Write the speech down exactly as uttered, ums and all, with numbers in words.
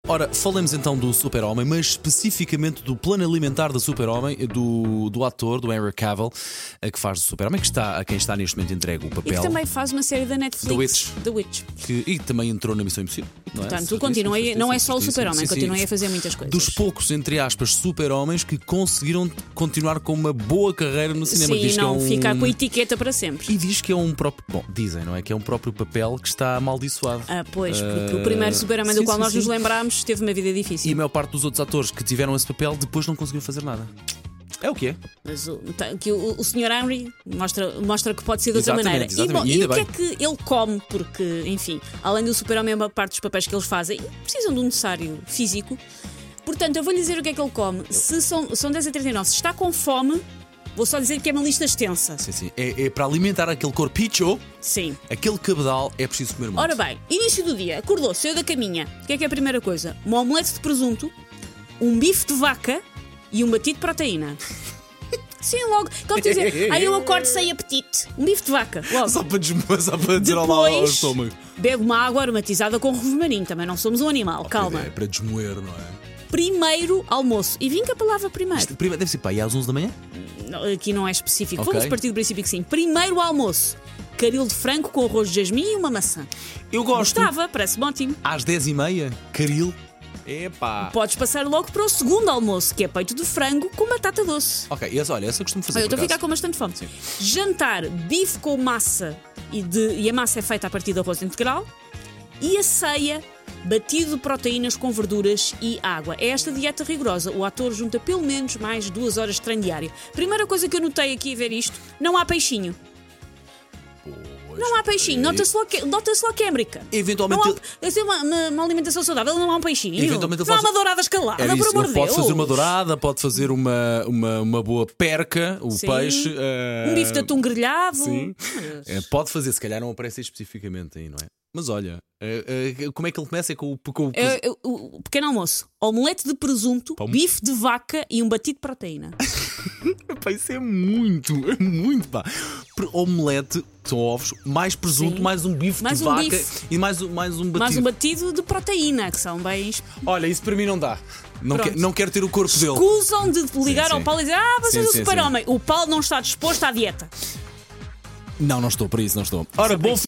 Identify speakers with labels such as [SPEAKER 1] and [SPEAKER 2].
[SPEAKER 1] Ora, falemos então do Super-Homem, mas especificamente do plano alimentar do Super-Homem, do, do ator, do Henry Cavill, que faz o Super-Homem, que está, a quem está neste momento entregue o papel.
[SPEAKER 2] E que também faz uma série da Netflix,
[SPEAKER 1] The Witch.
[SPEAKER 2] The Witch.
[SPEAKER 1] Que, e também entrou na Missão Impossível. Não é?
[SPEAKER 2] Portanto,
[SPEAKER 1] Certíssimo,
[SPEAKER 2] continua,
[SPEAKER 1] certíssimo,
[SPEAKER 2] não é só o
[SPEAKER 1] certíssimo.
[SPEAKER 2] Super-Homem,
[SPEAKER 1] Sim,
[SPEAKER 2] continua
[SPEAKER 1] sim.
[SPEAKER 2] a fazer muitas coisas.
[SPEAKER 1] Dos poucos, entre aspas, super-homens que conseguiram continuar com uma boa carreira no cinema.
[SPEAKER 2] Sim,
[SPEAKER 1] diz
[SPEAKER 2] não
[SPEAKER 1] que é um...
[SPEAKER 2] ficar com a etiqueta para sempre.
[SPEAKER 1] E diz que é um próprio. Bom, dizem, não é? Que é um próprio papel que está amaldiçoado.
[SPEAKER 2] Ah, pois, porque
[SPEAKER 1] Uh,
[SPEAKER 2] o primeiro Super-Homem
[SPEAKER 1] sim,
[SPEAKER 2] do qual
[SPEAKER 1] sim,
[SPEAKER 2] nós
[SPEAKER 1] sim.
[SPEAKER 2] nos lembramos teve uma vida
[SPEAKER 1] E
[SPEAKER 2] difícil.
[SPEAKER 1] a maior parte dos outros atores que tiveram esse papel depois não conseguiram fazer nada. É o que é?
[SPEAKER 2] Mas o, tá, que o, o senhor Henry mostra, mostra que pode ser de outra
[SPEAKER 1] Exatamente,
[SPEAKER 2] maneira.
[SPEAKER 1] exatamente.
[SPEAKER 2] E,
[SPEAKER 1] E
[SPEAKER 2] bom,
[SPEAKER 1] ainda
[SPEAKER 2] e o que
[SPEAKER 1] bem.
[SPEAKER 2] é que ele come? Porque, enfim, além do Super-Homem, a maior parte dos papéis que eles fazem precisam de um necessário físico. Portanto, eu vou-lhe dizer o que é que ele come. Se são, são dez e trinta e nove, se está com fome, vou só dizer que é uma lista extensa.
[SPEAKER 1] Sim, sim. É, é para alimentar aquele corpicho,
[SPEAKER 2] Sim.
[SPEAKER 1] aquele cabedal, é preciso comer muito.
[SPEAKER 2] Ora bem, início do dia, acordou, saiu da caminha. O que é que é a primeira coisa? Uma omelete de presunto, um bife de vaca e um batido de proteína. Sim, logo. Quando dizer, aí eu acordo sem apetite. Um bife de vaca, logo.
[SPEAKER 1] Só para, desmo... Só para dizer olá ao
[SPEAKER 2] Depois,
[SPEAKER 1] estômago.
[SPEAKER 2] bebe uma água aromatizada com romarinho. Também não somos um animal, calma.
[SPEAKER 1] É para desmoer, não é?
[SPEAKER 2] Primeiro almoço. E vim com a palavra primeiro.
[SPEAKER 1] Isto, primeiro, deve ser para aí às onze da manhã?
[SPEAKER 2] Não, aqui não é específico.
[SPEAKER 1] Ok.
[SPEAKER 2] Vamos partir do princípio que sim. Primeiro almoço. Caril de frango com arroz de jasmim e uma maçã.
[SPEAKER 1] Eu gosto.
[SPEAKER 2] Gostava, parece-me ótimo.
[SPEAKER 1] Às dez e meia, caril. Epá.
[SPEAKER 2] Podes passar logo para o segundo almoço, que é peito de frango com batata doce.
[SPEAKER 1] Ok, essa, olha, essa eu costumo fazer.
[SPEAKER 2] Eu
[SPEAKER 1] por
[SPEAKER 2] estou a ficar
[SPEAKER 1] acaso.
[SPEAKER 2] com bastante fome.
[SPEAKER 1] Sim.
[SPEAKER 2] Jantar, bife com massa e, de, e a massa é feita a partir de arroz integral. E a ceia, batido de proteínas com verduras e água. É esta dieta rigorosa. O ator junta pelo menos mais duas horas de treino diário. Primeira coisa que eu notei aqui a ver isto, não há peixinho.
[SPEAKER 1] Pois,
[SPEAKER 2] Não há peixinho.
[SPEAKER 1] é.
[SPEAKER 2] Nota-se logo que, nota-se logo que é América.
[SPEAKER 1] Eventualmente
[SPEAKER 2] Não
[SPEAKER 1] ele-
[SPEAKER 2] há, assim, uma, uma, uma alimentação saudável, não há um peixinho.
[SPEAKER 1] Eventualmente ele
[SPEAKER 2] não há
[SPEAKER 1] faz-
[SPEAKER 2] uma dourada escalada,
[SPEAKER 1] Era
[SPEAKER 2] por
[SPEAKER 1] isso,
[SPEAKER 2] amor
[SPEAKER 1] ele
[SPEAKER 2] de
[SPEAKER 1] pode
[SPEAKER 2] Deus.
[SPEAKER 1] fazer uma dourada, pode fazer uma, uma, uma boa perca, o
[SPEAKER 2] Sim.
[SPEAKER 1] peixe. eh,
[SPEAKER 2] Um bife de atum grelhado.
[SPEAKER 1] Sim.
[SPEAKER 2] Mas-
[SPEAKER 1] Eh, pode fazer, se calhar não aparece especificamente aí, não é? Mas olha, eh, eh, como é que ele começa? É com o. Com o...
[SPEAKER 2] É, é, o o pequeno almoço, omelete de presunto,
[SPEAKER 1] Pão.
[SPEAKER 2] bife de vaca e um batido de proteína.
[SPEAKER 1] Pá, isso é muito, é muito pá. Pre- Omelete, são ovos, mais presunto,
[SPEAKER 2] Sim.
[SPEAKER 1] mais um bife
[SPEAKER 2] Mais
[SPEAKER 1] de
[SPEAKER 2] um
[SPEAKER 1] vaca
[SPEAKER 2] bife.
[SPEAKER 1] e mais, um- mais um batido.
[SPEAKER 2] Mais um batido de proteína, que são bens.
[SPEAKER 1] Olha, isso para mim não dá. Não,
[SPEAKER 2] Pronto.
[SPEAKER 1] quer, não quero ter o corpo dele.
[SPEAKER 2] Acusam de ligar
[SPEAKER 1] Sim,
[SPEAKER 2] ao
[SPEAKER 1] sim.
[SPEAKER 2] Paulo e dizer: Ah, você é
[SPEAKER 1] Sim,
[SPEAKER 2] o
[SPEAKER 1] sim,
[SPEAKER 2] super-homem. O Paulo não está disposto à dieta.
[SPEAKER 1] Não, não estou para isso, não estou. Ora,
[SPEAKER 2] Só para
[SPEAKER 1] bom
[SPEAKER 2] isso.